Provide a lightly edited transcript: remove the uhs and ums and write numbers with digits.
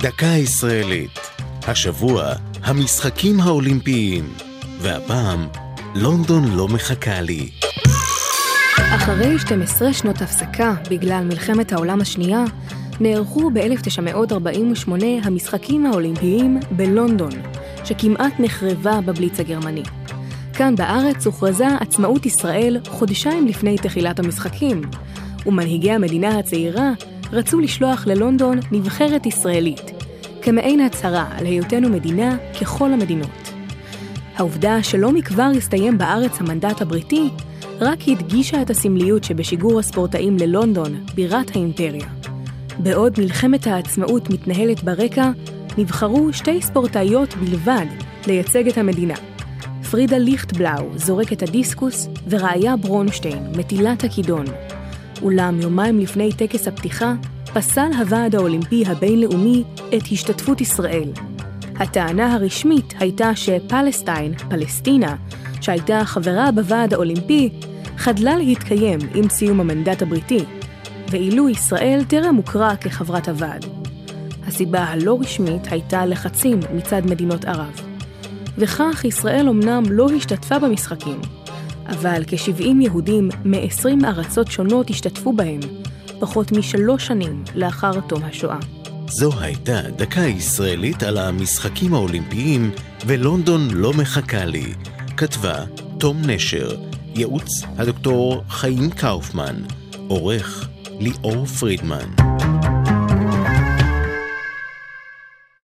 דקה ישראלית. השבוע המשחקים האולימפיים, והפעם לונדון לא מחכה לי. אחרי 12 שנות הפסקה בגלל מלחמת העולם השנייה, נערכו ב-1948 המשחקים האולימפיים בלונדון, שכמעט נחרבה בבליץ הגרמני. כאן בארץ הוכרזה עצמאות ישראל חודשיים לפני תחילת המשחקים, ומנהיגי המדינה הצעירה רצו לשלוח ללונדון נבחרת ישראלית, כמעין הצהרה על היותנו מדינה ככל המדינות. העובדה שלא מכבר הסתיים בארץ המנדט הבריטי, רק הדגישה את הסמליות שבשיגור הספורטאים ללונדון, בירת האימפריה. בעוד מלחמת העצמאות מתנהלת ברקע, נבחרו 2 ספורטאיות בלבד לייצג את המדינה. פרידה ליכטבלאו זורקת הדיסקוס ורעיה ברונשטיין מטילת הכידון. אולם יומיים לפני טקס הפתיחה, פסל הוועד האולימפי הבינלאומי את השתתפות ישראל. הטענה הרשמית הייתה פלסטינה, שהייתה חברה בוועד האולימפי, חדלה להתקיים עם סיום המנדט הבריטי, ואילו ישראל טרם הוכרה כחברת הוועד. הסיבה הלא רשמית הייתה לחצים מצד מדינות ערב. וכך ישראל אמנם לא השתתפה במשחקים, אבל כ-70 יהודים מ-20 ארצות שונות השתתפו בהם, פחות מ3 שנים לאחר תום השואה. זו הייתה דקה ישראלית על המשחקים האולימפיים ולונדון לא מחכה לי. כתבה תום נשר, ייעוץ הדוקטור חיים קאופמן, עורך ליאור פרידמן.